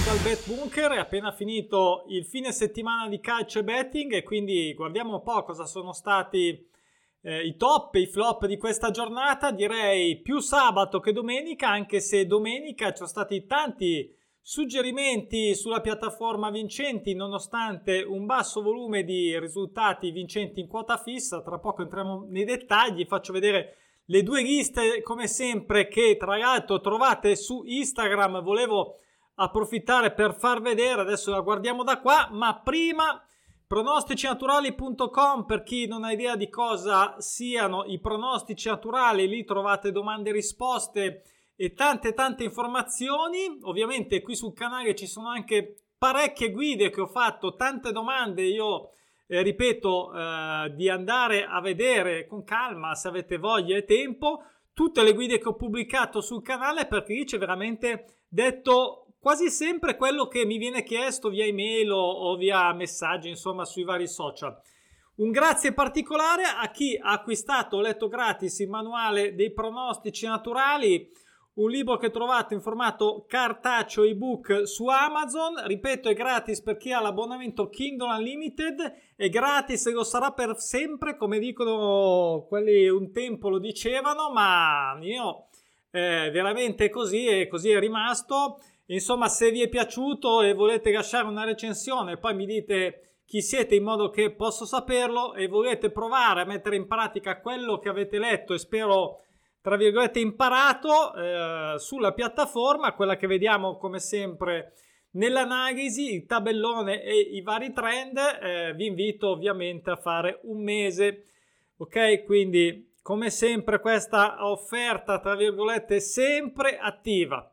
dal Bet Bunker, è appena finito il fine settimana di calcio e betting e quindi guardiamo un po' cosa sono stati i top e i flop di questa giornata. Direi più sabato che domenica, anche se domenica ci sono stati tanti suggerimenti sulla piattaforma vincenti nonostante un basso volume di risultati vincenti in quota fissa. Tra poco entriamo nei dettagli, faccio vedere le due liste come sempre che tra l'altro trovate su Instagram. Volevo approfittare per far vedere, adesso la guardiamo da qua, ma prima pronosticinaturali.com per chi non ha idea di cosa siano i pronostici naturali. Lì trovate domande e risposte e tante informazioni. Ovviamente qui sul canale ci sono anche parecchie guide che ho fatto, tante domande. Io ripeto di andare a vedere con calma se avete voglia e tempo tutte le guide che ho pubblicato sul canale, perché lì c'è veramente detto quasi sempre quello che mi viene chiesto via email o via messaggi, insomma sui vari social. Un grazie particolare a chi ha acquistato o letto gratis il manuale dei pronostici naturali, un libro che trovate in formato cartaceo ebook su Amazon. Ripeto, è gratis per chi ha l'abbonamento Kindle Unlimited, è gratis e lo sarà per sempre, come dicono quelli un tempo lo dicevano, ma io veramente così e così è rimasto. Insomma, se vi è piaciuto e volete lasciare una recensione, poi mi dite chi siete in modo che posso saperlo, e volete provare a mettere in pratica quello che avete letto e spero tra virgolette imparato sulla piattaforma, quella che vediamo come sempre nell'analisi, il tabellone e i vari trend, vi invito ovviamente a fare un mese, ok? Quindi come sempre questa offerta tra virgolette sempre attiva.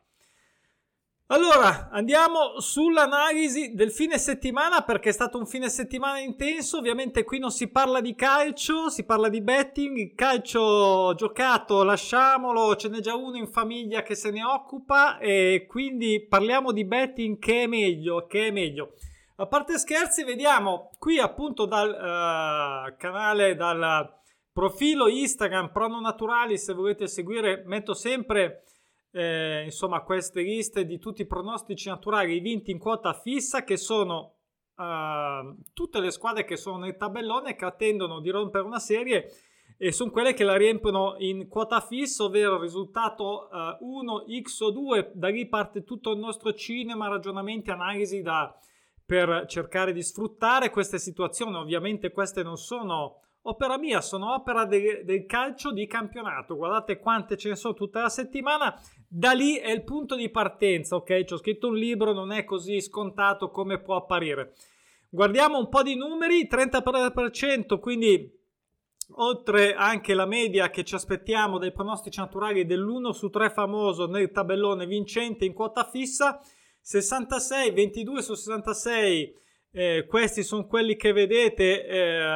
Allora, andiamo sull'analisi del fine settimana, perché è stato un fine settimana intenso. Ovviamente qui non si parla di calcio, si parla di betting. Il calcio giocato lasciamolo, ce n'è già uno in famiglia che se ne occupa, e quindi parliamo di betting, che è meglio. A parte scherzi, vediamo qui appunto dal canale, dal profilo Instagram Prono Naturali. Se volete seguire, metto sempre insomma queste liste di tutti i pronostici naturali vinti in quota fissa, che sono tutte le squadre che sono nel tabellone, che attendono di rompere una serie e sono quelle che la riempiono in quota fissa, ovvero risultato 1 x o 2. Da lì parte tutto il nostro cinema, ragionamenti, analisi per cercare di sfruttare queste situazioni. Ovviamente queste non sono opera mia, sono opera del calcio di campionato. Guardate quante ce ne sono tutta la settimana. Da lì è il punto di partenza, ok? Ci ho scritto un libro, non è così scontato come può apparire. Guardiamo un po' di numeri, 30%, quindi oltre anche la media che ci aspettiamo dai pronostici naturali dell'1 su 3 famoso nel tabellone vincente in quota fissa, 66, 22 su 66, questi sono quelli che vedete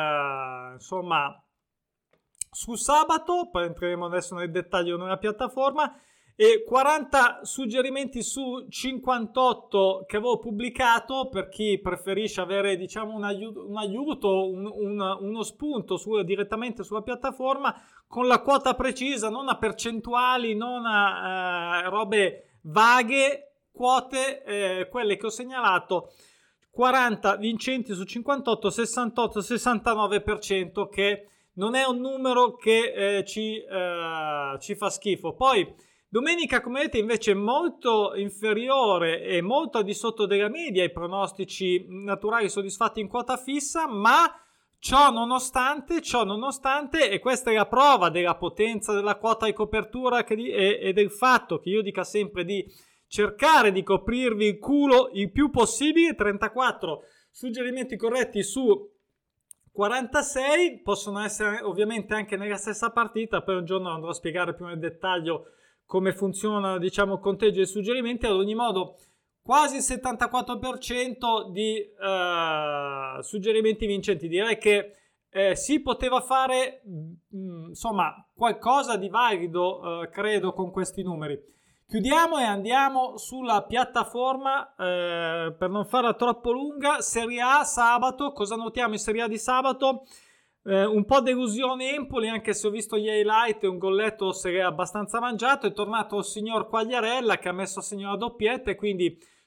insomma su sabato. Poi entreremo adesso nel dettaglio nella piattaforma, e 40 suggerimenti su 58 che avevo pubblicato, per chi preferisce avere diciamo un aiuto, uno spunto direttamente sulla piattaforma, con la quota precisa, non a percentuali, non a robe vaghe, quote quelle che ho segnalato. 40 vincenti su 58, 68-69%, che non è un numero che ci fa schifo. Poi domenica, come vedete, invece è inferiore e molto al di sotto della media i pronostici naturali soddisfatti in quota fissa, ma ciò nonostante, e questa è la prova della potenza della quota di copertura e del fatto che io dica sempre di cercare di coprirvi il culo il più possibile. 34 suggerimenti corretti su 46, possono essere ovviamente anche nella stessa partita. Per un giorno andrò a spiegare più nel dettaglio come funziona, diciamo, il conteggio dei suggerimenti. Ad ogni modo, quasi il 74% di suggerimenti vincenti. Direi che si poteva fare insomma qualcosa di valido, credo, con questi numeri. Chiudiamo e andiamo sulla piattaforma per non farla troppo lunga. Serie A sabato, cosa notiamo in Serie A di sabato? Un po' delusione Empoli, anche se ho visto gli highlight, un golletto se l'è abbastanza mangiato. È tornato il signor Quagliarella che ha messo a segno la doppietta, e quindi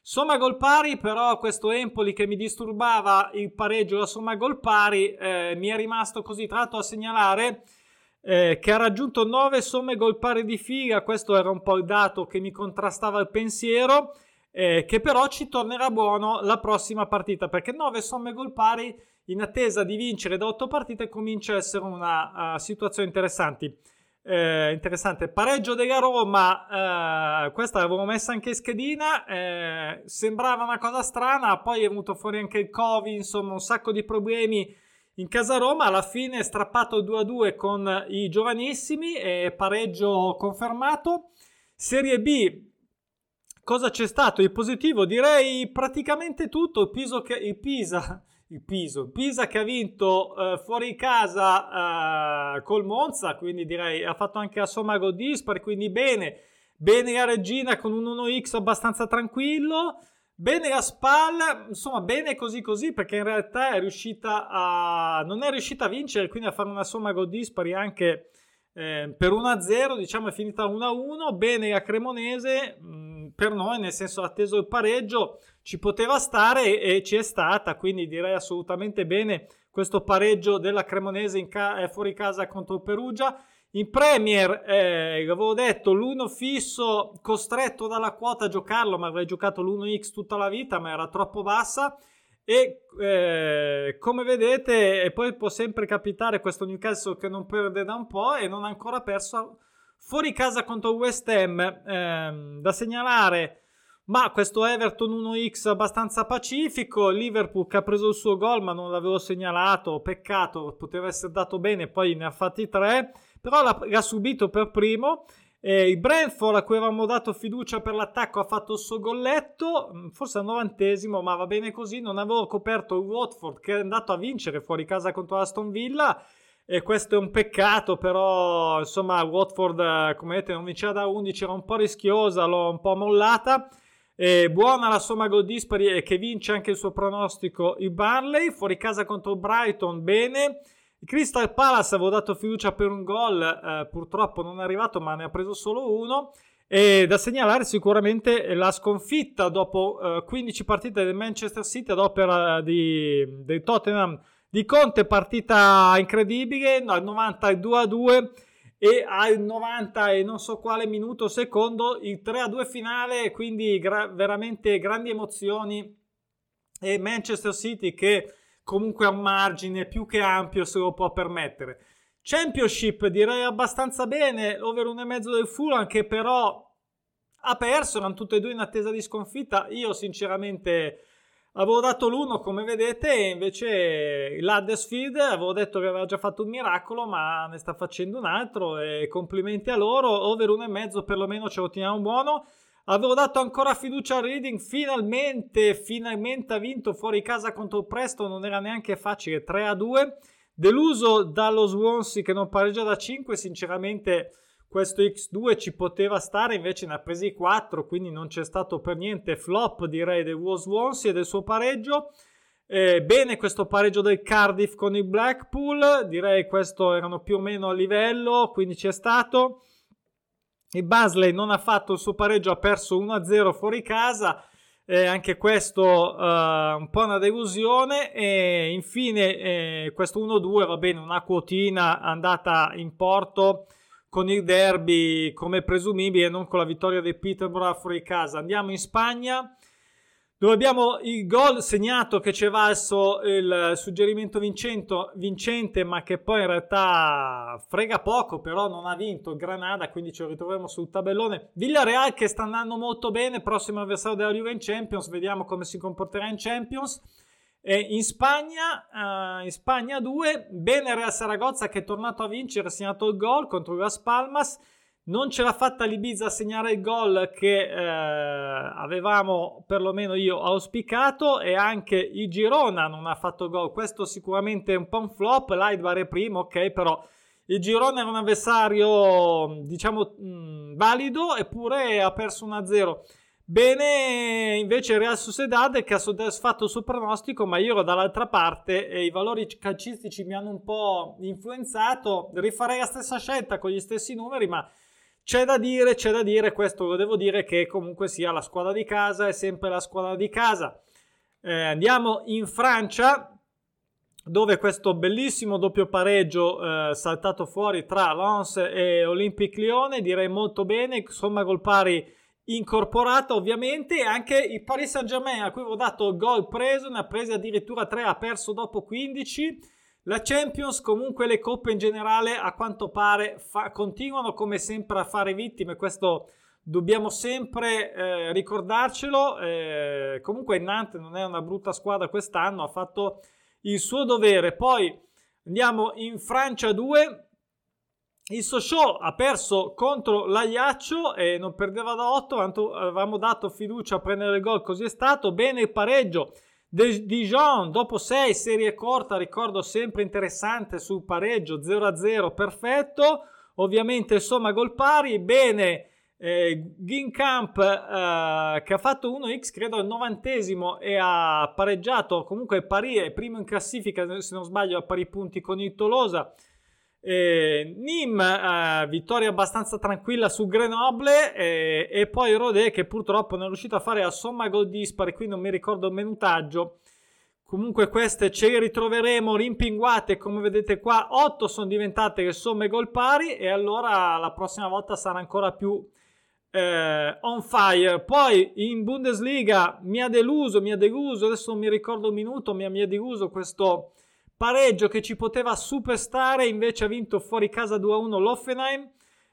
Somma gol pari, però questo Empoli che mi disturbava il pareggio, la somma gol pari, mi è rimasto così. Tra l'altro a segnalare che ha raggiunto 9 somme gol pari di fila. Questo era un po' il dato che mi contrastava il pensiero, che però ci tornerà buono la prossima partita, perché 9 somme gol pari in attesa di vincere da 8 partite comincia a essere una situazione interessante. Pareggio della Roma, questa l'avevo messa anche in schedina, sembrava una cosa strana, poi è venuto fuori anche il Covid, insomma un sacco di problemi in casa Roma. Alla fine è strappato il 2-2 con i giovanissimi e pareggio confermato. Serie B, cosa c'è stato? Il positivo, direi praticamente tutto. Il Pisa che ha vinto fuori casa col Monza, quindi direi ha fatto anche la somma gol dispari, quindi bene la Regina con un 1x abbastanza tranquillo, bene la Spal, insomma bene così, perché in realtà non è riuscita a vincere, quindi a fare una somma gol dispari anche per 1-0, diciamo è finita 1-1. Bene la Cremonese, per noi, nel senso, atteso il pareggio ci poteva stare e ci è stata, quindi direi assolutamente bene questo pareggio della Cremonese fuori casa contro il Perugia. In Premier, avevo detto, l'1 fisso costretto dalla quota a giocarlo, ma avrei giocato l'1x tutta la vita, ma era troppo bassa. E come vedete, e poi può sempre capitare questo Newcastle che non perde da un po' e non ha ancora perso fuori casa contro il West Ham. Da segnalare, ma questo Everton 1x abbastanza pacifico. Liverpool che ha preso il suo gol ma non l'avevo segnalato, peccato, poteva essere dato bene, poi ne ha fatti 3, però l'ha subito per primo. Il Brentford, a cui avevamo dato fiducia per l'attacco, ha fatto il suo golletto, forse al 90esimo, ma va bene così. Non avevo coperto il Watford che è andato a vincere fuori casa contro Aston Villa, e questo è un peccato, però insomma Watford, come vedete, non vinceva da 11, era un po' rischiosa, l'ho un po' mollata. Buona la somma gol dispari e che vince anche il suo pronostico il Burnley, fuori casa contro Brighton, bene. Il Crystal Palace avevo dato fiducia per un gol, purtroppo non è arrivato, ma ne ha preso solo uno. E da segnalare sicuramente la sconfitta dopo 15 partite del Manchester City ad opera del Tottenham di Conte, partita incredibile, al 90 il 2-2 e al 90 e non so quale minuto secondo il 3-2 finale, quindi veramente grandi emozioni, e Manchester City che comunque ha un margine più che ampio, se lo può permettere. Championship direi abbastanza bene, over 1,5 del Fulham che però ha perso, erano tutte e due in attesa di sconfitta. Io sinceramente avevo dato l'1 come vedete, e invece l'Huddersfield avevo detto che aveva già fatto un miracolo, ma ne sta facendo un altro, e complimenti a loro. Over 1,5 perlomeno ce lo teniamo buono. Avevo dato ancora fiducia al Reading, finalmente ha vinto fuori casa contro il Preston, non era neanche facile, 3-2. Deluso dallo Swansea che non pareggia da 5, sinceramente questo X2 ci poteva stare, invece ne ha presi 4, quindi non c'è stato per niente flop, direi, del Swansea e del suo pareggio. Bene questo pareggio del Cardiff con il Blackpool, direi questo erano più o meno a livello, quindi c'è stato. Il Barnsley non ha fatto il suo pareggio, ha perso 1-0 fuori casa, anche questo un po' una delusione. E infine questo 1-2 va bene, una quotina andata in porto con il derby come presumibile, non con la vittoria del Peterborough fuori casa. Andiamo in Spagna, dove abbiamo il gol segnato che ci è valso il suggerimento vincente, ma che poi in realtà frega poco, però non ha vinto il Granada, quindi ci ritroviamo sul tabellone. Villarreal che sta andando molto bene, prossimo avversario della Juve in Champions, vediamo come si comporterà in Champions. In Spagna 2, bene Real Saragozza che è tornato a vincere, ha segnato il gol contro Las Palmas. Non ce l'ha fatta l'Ibiza a segnare il gol che avevamo, perlomeno io, auspicato, e anche il Girona non ha fatto gol. Questo sicuramente è un po' un flop. L'Eibar è primo, ok, però il Girona era un avversario, diciamo, valido, eppure ha perso 1-0. Bene invece Real Sociedad che ha soddisfatto il suo pronostico, ma io ero dall'altra parte e i valori calcistici mi hanno un po' influenzato. Rifarei la stessa scelta con gli stessi numeri, ma c'è da dire, questo lo devo dire, che comunque sia la squadra di casa è sempre la squadra di casa. Andiamo in Francia, dove questo bellissimo doppio pareggio saltato fuori tra Lens e Olympique Lione, direi molto bene, somma gol pari incorporata ovviamente, e anche il Paris Saint-Germain, a cui avevo dato il gol preso, ne ha presi addirittura 3, ha perso dopo 15. La Champions, comunque le coppe in generale, a quanto pare continuano come sempre a fare vittime, questo dobbiamo sempre ricordarcelo. Comunque Nantes non è una brutta squadra quest'anno, ha fatto il suo dovere. Poi andiamo in Francia 2, il Sochaux ha perso contro l'Ajaccio e non perdeva da 8, avevamo dato fiducia a prendere il gol, così è stato. Bene il pareggio Dijon dopo 6, serie corta, ricordo sempre interessante sul pareggio 0-0, perfetto. Ovviamente insomma gol pari. Bene Guingamp che ha fatto 1x credo al 90esimo e ha pareggiato, comunque Paris è primo in classifica se non sbaglio a pari punti con il Tolosa. Nîmes vittoria abbastanza tranquilla su Grenoble, e poi Rodez che purtroppo non è riuscito a fare a somma gol dispari, qui non mi ricordo il minutaggio. Comunque queste ce le ritroveremo rimpinguate, come vedete qua 8 sono diventate le somme gol pari, e allora la prossima volta sarà ancora più on fire. Poi in Bundesliga mi ha deluso, adesso non mi ricordo il minuto, mi ha deluso questo pareggio che ci poteva superstare, invece ha vinto fuori casa 2-1 l'Hoffenheim.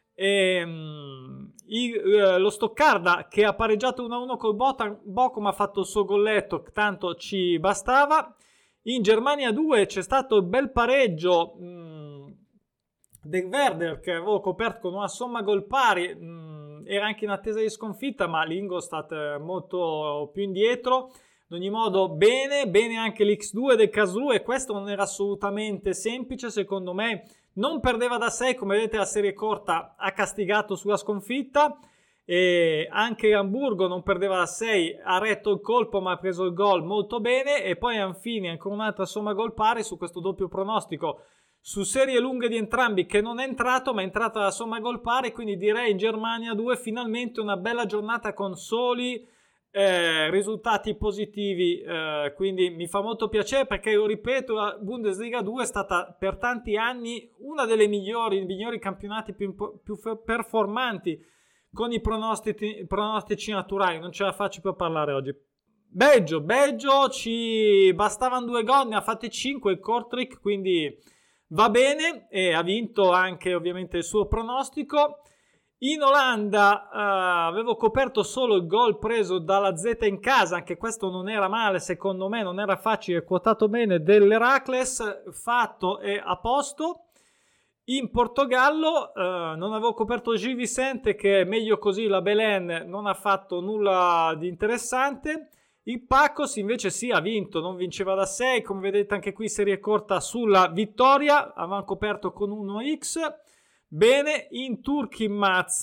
Lo Stoccarda che ha pareggiato 1-1 col Bochum ha fatto il suo golletto, tanto ci bastava. In Germania 2 c'è stato il bel pareggio del Werder che avevo coperto con una somma gol pari, era anche in attesa di sconfitta, ma l'Ingolstadt è molto più indietro. Ad ogni modo bene anche l'X2 del Karlsruhe, questo non era assolutamente semplice, secondo me non perdeva da 6, come vedete la serie corta ha castigato sulla sconfitta, e anche Hamburgo non perdeva da 6, ha retto il colpo ma ha preso il gol molto bene. E poi Anfini ancora un'altra somma gol pari su questo doppio pronostico su serie lunghe di entrambi, che non è entrato ma è entrata la somma gol pari, quindi direi in Germania 2 finalmente una bella giornata con soli risultati positivi, quindi mi fa molto piacere, perché io ripeto, la Bundesliga 2 è stata per tanti anni una delle migliori campionati più performanti con i pronostici naturali. Non ce la faccio per parlare oggi. Belgio, ci bastavano 2 gol, ne ha fatti 5 il Kortrijk, quindi va bene, e ha vinto anche ovviamente il suo pronostico. In Olanda avevo coperto solo il gol preso dalla Z in casa, anche questo non era male, secondo me non era facile, quotato bene dell'Heracles, fatto e a posto. In Portogallo non avevo coperto Gil Vicente, che è meglio così, la Belen non ha fatto nulla di interessante. Il Pacos invece sì, ha vinto, non vinceva da 6, come vedete anche qui serie corta sulla vittoria, avevamo coperto con 1x. Bene, in Turkimaz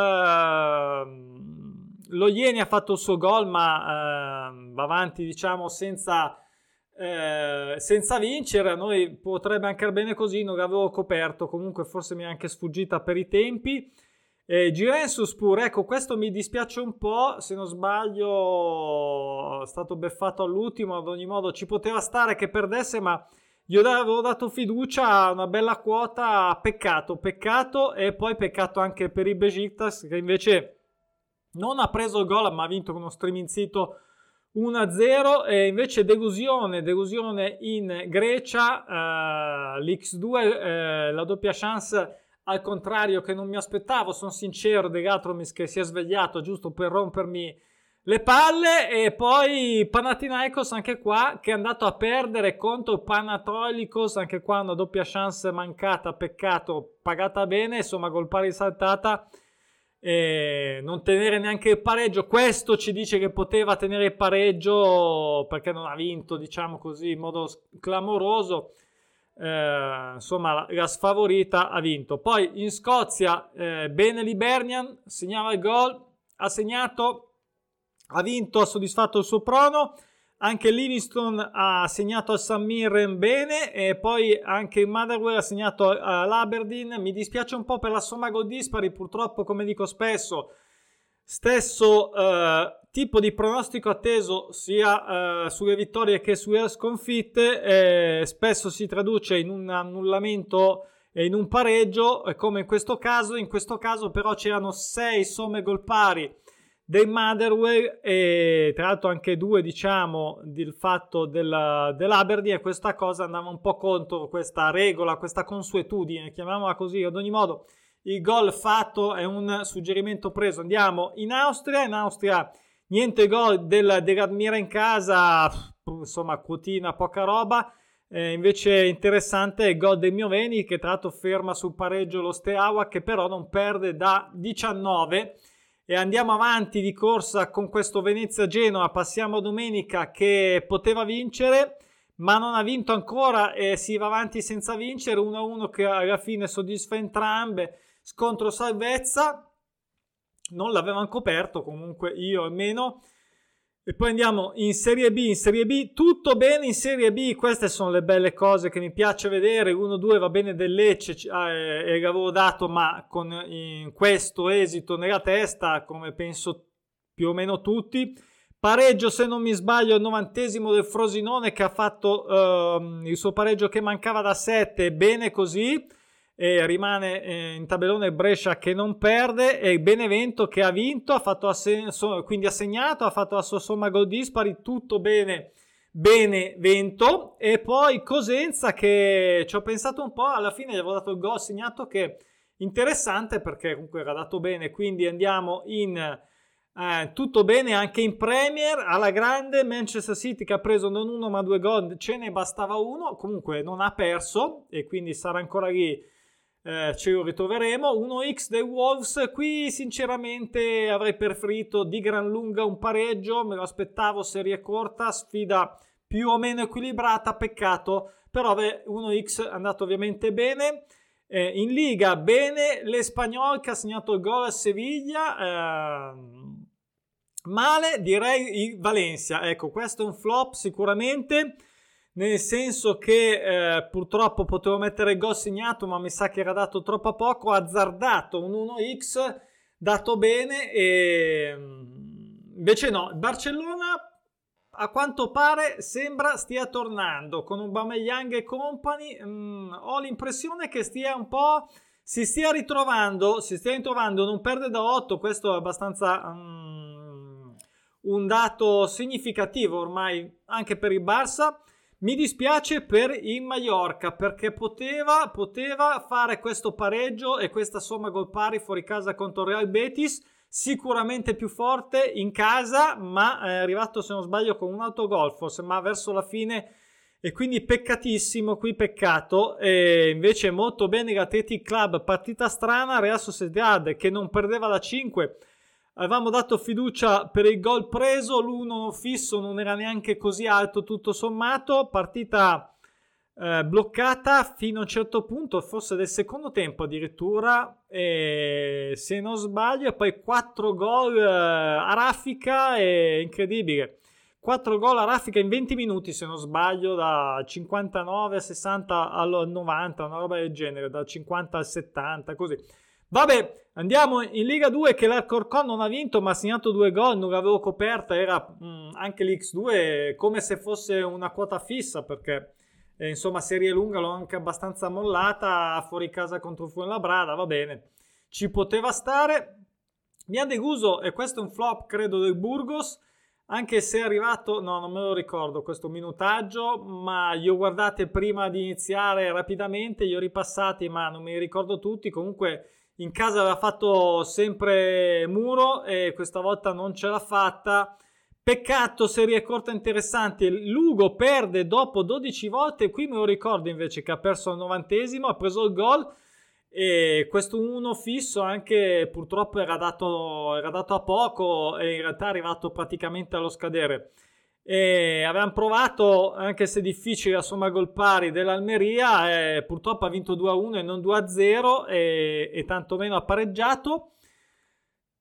lo Ieni ha fatto il suo gol, ma va avanti diciamo senza vincere. A noi potrebbe anche bene così, non l'avevo coperto, comunque forse mi è anche sfuggita per i tempi. Giresunspor, ecco, questo mi dispiace un po', se non sbaglio è stato beffato all'ultimo, ad ogni modo ci poteva stare che perdesse, ma io avevo dato fiducia, una bella quota, peccato, e poi peccato anche per il Besiktas, che invece non ha preso il gol ma ha vinto con uno striminzito 1-0. E invece delusione in Grecia, l'X2, la doppia chance al contrario che non mi aspettavo, sono sincero, De Gatromis che si è svegliato giusto per rompermi le palle. E poi Panathinaikos anche qua che è andato a perdere contro Panathinaikos, anche qua una doppia chance mancata, peccato, pagata bene, insomma gol pari saltata, e non tenere neanche il pareggio. Questo ci dice che poteva tenere il pareggio, perché non ha vinto diciamo così in modo clamoroso. Insomma la sfavorita ha vinto. Poi in Scozia bene l'Hibernian, segnava il gol, ha segnato, ha vinto, ha soddisfatto il suo prono. Anche Livingston ha segnato al St. Mirren bene, e poi anche il Motherwell ha segnato all'Aberdeen. Mi dispiace un po' per la somma gol dispari, purtroppo, come dico spesso, stesso tipo di pronostico atteso sia sulle vittorie che sulle sconfitte, spesso si traduce in un annullamento e in un pareggio, come in questo caso. In questo caso però c'erano 6 somme gol pari dei Motherwell, e tra l'altro anche 2, diciamo, del fatto dell'Aberdeen, e questa cosa andava un po' contro questa regola, questa consuetudine, chiamiamola così. Ad ogni modo, il gol fatto è un suggerimento preso. Andiamo in Austria, niente gol dell'Admira in casa, insomma quotina, poca roba. Invece interessante è il gol del Mioveni, che tra l'altro ferma sul pareggio lo Steaua, che però non perde da 19. E andiamo avanti di corsa con questo Venezia-Genoa. Passiamo a domenica, che poteva vincere ma non ha vinto ancora, e si va avanti senza vincere. 1-1 che alla fine soddisfa entrambe. Scontro salvezza, non l'avevano coperto comunque, io almeno. E poi andiamo in Serie B, tutto bene in Serie B. Queste sono le belle cose che mi piace vedere. 1-2 va bene del Lecce, e l'avevo dato, ma con questo esito nella testa, come penso più o meno tutti. Pareggio, se non mi sbaglio, al 90° del Frosinone, che ha fatto il suo pareggio che mancava da 7, bene così. E rimane in tabellone Brescia, che non perde, e il Benevento che ha vinto, ha fatto quindi ha segnato, ha fatto la sua somma gol dispari, tutto bene Benevento. E poi Cosenza, che ci ho pensato un po', alla fine gli avevo dato il gol segnato, che interessante perché comunque era dato bene. Quindi andiamo in tutto bene anche in Premier. Alla grande Manchester City, che ha preso non uno ma 2 gol, ce ne bastava uno, comunque non ha perso e quindi sarà ancora lì. Ce lo ritroveremo. 1x dei Wolves. Qui sinceramente avrei preferito di gran lunga un pareggio, me lo aspettavo, serie corta, sfida più o meno equilibrata, peccato. Però 1x è andato ovviamente bene. In Liga bene l'Espanyol, che ha segnato il gol a Seviglia. Male direi il Valencia. Ecco, questo è un flop sicuramente, nel senso che purtroppo potevo mettere il gol segnato, ma mi sa che era dato troppo poco. Azzardato un 1x dato bene, e invece no. Il Barcellona, a quanto pare, sembra stia tornando con Aubameyang e company. Ho l'impressione che si stia ritrovando, non perde da 8. Questo è abbastanza un dato significativo ormai anche per il Barça. Mi dispiace per il Mallorca, perché poteva fare questo pareggio e questa somma gol pari fuori casa contro il Real Betis, sicuramente più forte in casa, ma è arrivato, se non sbaglio, con un autogol forse, ma verso la fine, e quindi peccatissimo qui, peccato. E invece molto bene l'Athletic Club, partita strana. Real Sociedad che non perdeva da 5. Avevamo dato fiducia per il gol preso, l'1 fisso non era neanche così alto tutto sommato. Partita bloccata fino a un certo punto, forse del secondo tempo addirittura, se non sbaglio, e poi 4 gol a raffica, è incredibile. 4 gol a raffica in 20 minuti, se non sbaglio, da 59 a 60 al 90, una roba del genere, da 50 al 70, così. Vabbè, andiamo in Liga 2, che l'Alcorcón non ha vinto ma ha segnato 2 gol, non l'avevo coperta, era anche l'X2 come se fosse una quota fissa, perché insomma serie lunga l'ho anche abbastanza mollata fuori casa contro Fuenlabrada. Va bene, ci poteva stare. Mi ha deluso, e questo è un flop credo del Burgos, anche se è arrivato, no, non me lo ricordo questo minutaggio, ma li ho guardati prima di iniziare rapidamente, li ho ripassati ma non me li ricordo tutti. Comunque in casa aveva fatto sempre muro e questa volta non ce l'ha fatta. Peccato, serie corta interessante. Lugo perde dopo 12 volte, qui me lo ricordo invece che ha perso al 90°, ha preso il gol, e questo 1 fisso anche purtroppo era dato a poco, e in realtà è arrivato praticamente allo scadere. E avevamo provato, anche se difficile, la somma gol pari dell'Almeria, e purtroppo ha vinto 2-1 e non 2-0, e tantomeno ha pareggiato.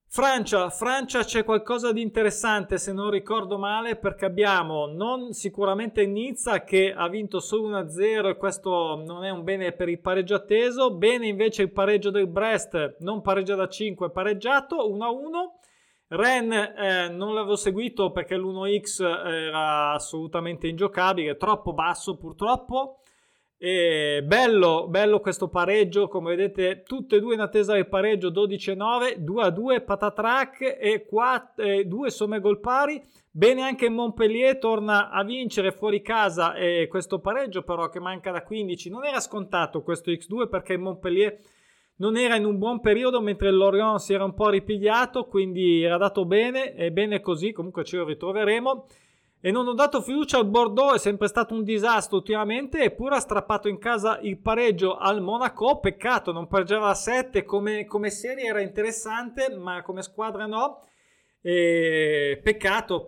Francia c'è qualcosa di interessante se non ricordo male, perché abbiamo non sicuramente Nizza che ha vinto solo 1-0 e questo non è un bene per il pareggio atteso. Bene invece il pareggio del Brest, non pareggia da 5, pareggiato 1-1. Rennes non l'avevo seguito perché l'1x era assolutamente ingiocabile, troppo basso purtroppo. E bello questo pareggio, come vedete tutte e due in attesa del pareggio, 12-9, 2-2 patatrac e 2 somme gol pari. Bene anche Montpellier, torna a vincere fuori casa, e questo pareggio però che manca da 15 non era scontato questo X2 perché Montpellier non era in un buon periodo mentre il Lorient si era un po' ripigliato, quindi era dato bene e bene così, comunque ce lo ritroveremo. E non ho dato fiducia al Bordeaux, è sempre stato un disastro ultimamente, eppure ha strappato in casa il pareggio al Monaco. Peccato, non pareggiava a 7, come serie era interessante, ma come squadra no. E peccato,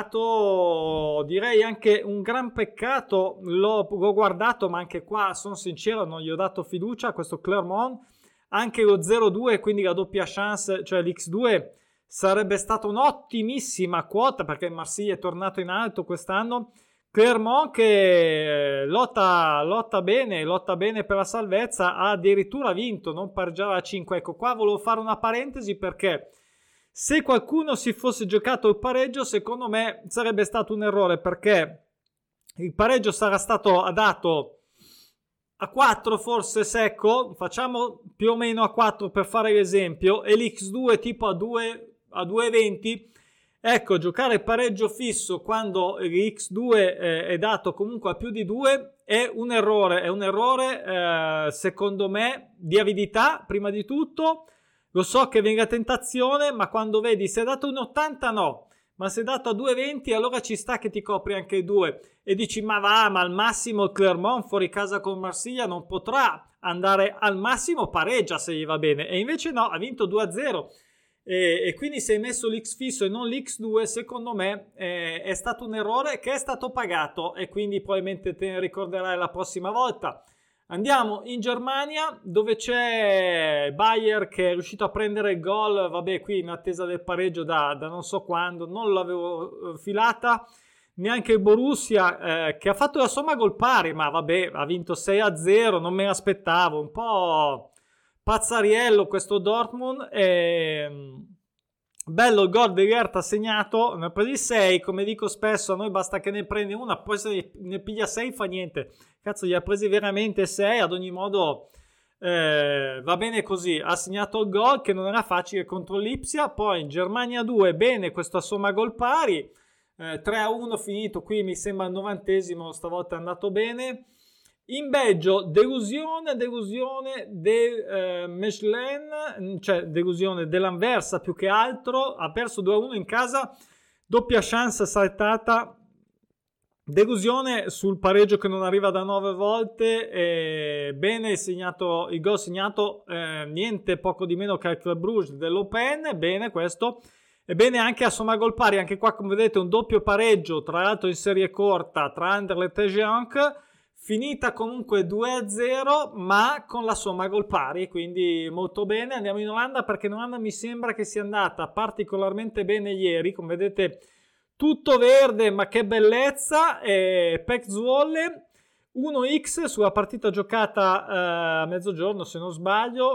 direi anche un gran peccato. L'ho guardato, ma anche qua sono sincero, non gli ho dato fiducia a questo Clermont. Anche lo 0-2, quindi la doppia chance, cioè l'X2, sarebbe stata un'ottimissima quota perché Marsiglia è tornato in alto quest'anno. Clermont che lotta bene per la salvezza, ha addirittura vinto, non pareggiava a 5. Ecco, qua volevo fare una parentesi perché se qualcuno si fosse giocato il pareggio, secondo me sarebbe stato un errore, perché il pareggio sarà stato dato a 4 forse secco, facciamo più o meno a 4 per fare l'esempio, e l'X2 tipo a 2,20. Ecco, giocare il pareggio fisso quando l'X2 è dato comunque a più di 2 è un errore secondo me di avidità prima di tutto. Lo so che venga tentazione, ma quando vedi se è dato un 80 no, ma se è dato a 2,20 allora ci sta che ti copri anche i 2 e dici ma al massimo il Clermont fuori casa con Marsiglia non potrà andare, al massimo pareggia se gli va bene, e invece no, ha vinto 2-0. E quindi se hai messo l'X fisso e non l'X2, secondo me è stato un errore che è stato pagato, e quindi probabilmente te ne ricorderai la prossima volta. Andiamo in Germania, dove c'è Bayer che è riuscito a prendere il gol, vabbè, qui in attesa del pareggio da non so quando, non l'avevo filata. Neanche il Borussia che ha fatto la somma gol pari, ma vabbè, ha vinto 6-0, non me l'aspettavo, un po' pazzariello questo Dortmund. Bello il gol di Hertha segnato, ne ha presi 6, come dico spesso a noi basta che ne prendi una, poi se ne piglia 6 fa niente, cazzo gli ha presi veramente 6, ad ogni modo va bene così, ha segnato il gol che non era facile contro l'Ipsia. Poi in Germania 2, bene questa somma gol pari, 3-1 finito qui, mi sembra il 90esimo, stavolta è andato bene. In Belgio delusione del Mechelen, cioè delusione dell'Anversa più che altro, ha perso 2-1 in casa, doppia chance saltata, delusione sul pareggio che non arriva da 9 volte. Bene il gol segnato niente poco di meno che al Club Brugge dell'Open, bene questo. E bene anche a somma gol pari, anche qua come vedete un doppio pareggio, tra l'altro in serie corta, tra Anderlecht e Genk, finita comunque 2-0 ma con la somma gol pari, quindi molto bene. Andiamo in Olanda perché in Olanda mi sembra che sia andata particolarmente bene ieri, come vedete tutto verde, ma che bellezza. PEC Zwolle 1x sulla partita giocata a mezzogiorno se non sbaglio,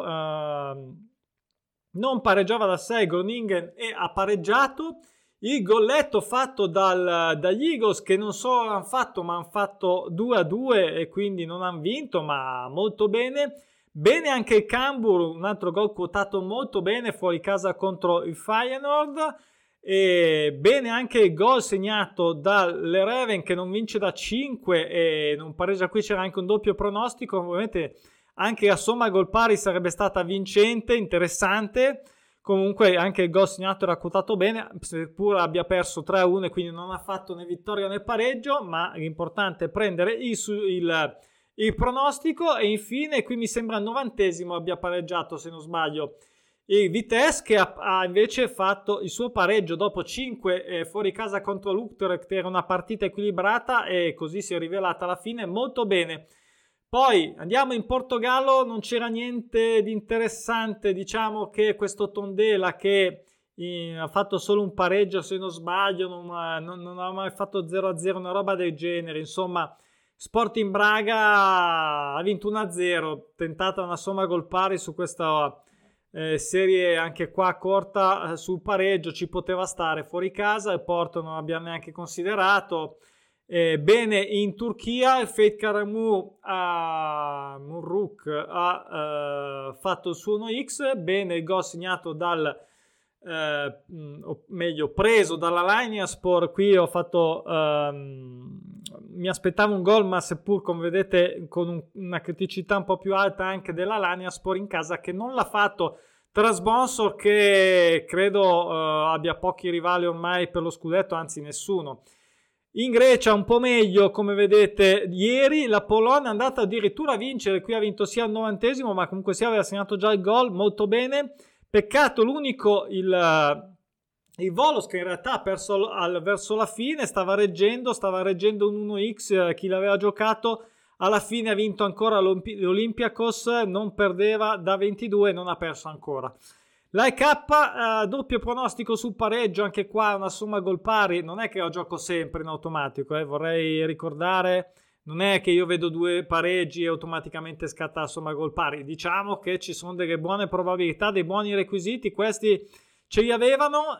non pareggiava da 6 Groningen e ha pareggiato. Il golletto fatto dagli Eagles, che non solo hanno fatto ma hanno fatto 2-2 e quindi non hanno vinto, ma molto bene. Bene anche il Cambuur, un altro gol quotato molto bene fuori casa contro il Feyenoord. E bene anche il gol segnato dall'Ereven che non vince da 5 e non pareggia. Qui c'era anche un doppio pronostico, ovviamente anche la somma gol pari sarebbe stata vincente, interessante. Comunque anche il gol segnato era quotato bene, seppur abbia perso 3-1 e quindi non ha fatto né vittoria né pareggio, ma l'importante è prendere il pronostico. E infine qui mi sembra al 90esimo abbia pareggiato se non sbaglio il Vitesse, che ha invece fatto il suo pareggio dopo 5 fuori casa contro l'Utrecht. Era una partita equilibrata e così si è rivelata alla fine molto bene. Poi andiamo in Portogallo, non c'era niente di interessante, diciamo che questo Tondela che ha fatto solo un pareggio se non sbaglio, non ha mai fatto 0-0, una roba del genere. Insomma, Sporting Braga ha vinto 1-0, tentata una somma gol pari su questa serie anche qua corta, sul pareggio ci poteva stare fuori casa, il Porto non abbiamo neanche considerato. Bene in Turchia, il Fate Karamu Murruk ha fatto il suo 1x, bene il gol segnato meglio preso dall'Alanyaspor. Qui ho fatto mi aspettavo un gol, ma seppur come vedete con una criticità un po' più alta anche dell'Alanyaspor in casa, che non l'ha fatto. Trabzonspor che credo abbia pochi rivali ormai per lo scudetto, anzi nessuno. In Grecia un po' meglio, come vedete ieri la Polonia è andata addirittura a vincere, qui ha vinto sia al 90esimo, ma comunque sia aveva segnato già il gol, molto bene. Peccato l'unico il Volos, che in realtà ha perso verso la fine, stava reggendo un 1x, chi l'aveva giocato alla fine ha vinto ancora l'Olympiakos, non perdeva da 22, non ha perso ancora. L'AEK, doppio pronostico sul pareggio, anche qua una somma gol pari, non è che io gioco sempre in automatico, vorrei ricordare, non è che io vedo due pareggi e automaticamente scatta la somma gol pari, diciamo che ci sono delle buone probabilità, dei buoni requisiti, questi ce li avevano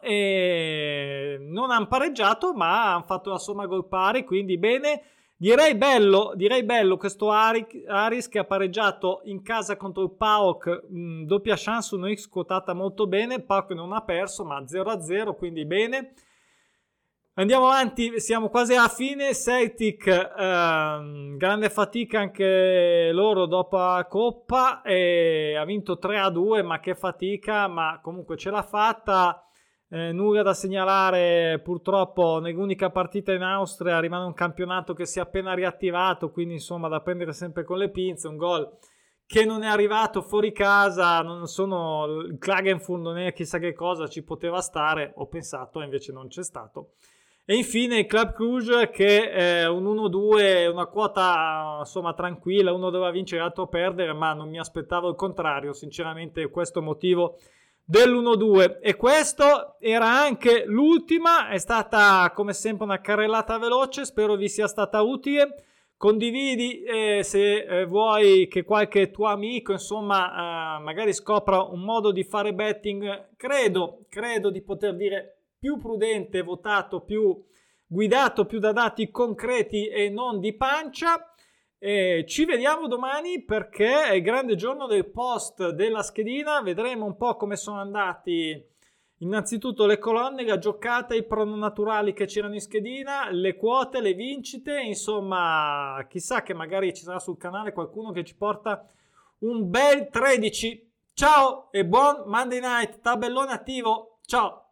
e non hanno pareggiato ma hanno fatto la somma gol pari, quindi bene. Direi bello questo Aris che ha pareggiato in casa contro il PAOK, doppia chance 1x quotata molto bene, il PAOK non ha perso ma 0-0, quindi bene. Andiamo avanti, siamo quasi alla fine. Celtic, grande fatica anche loro dopo la Coppa, ha vinto 3-2, ma che fatica, ma comunque ce l'ha fatta. Nulla da segnalare purtroppo nell'unica partita in Austria, rimane un campionato che si è appena riattivato, quindi insomma da prendere sempre con le pinze, un gol che non è arrivato fuori casa, il Klagenfurt non è chissà che cosa, ci poteva stare, ho pensato, invece non c'è stato. E infine il Club Cluj che è un 1-2, una quota insomma tranquilla, uno doveva vincere l'altro perdere, ma non mi aspettavo il contrario, sinceramente questo motivo dell'1-2. E questo era anche l'ultima, è stata come sempre una carrellata veloce, spero vi sia stata utile. Condividi se vuoi che qualche tuo amico insomma magari scopra un modo di fare betting, credo di poter dire più prudente, votato, più guidato, più da dati concreti e non di pancia. Ci vediamo domani perché è il grande giorno del post della schedina, vedremo un po' come sono andati innanzitutto le colonne, la giocata, i prononaturali che c'erano in schedina, le quote, le vincite, insomma chissà che magari ci sarà sul canale qualcuno che ci porta un bel 13. Ciao e buon Monday night, tabellone attivo, ciao!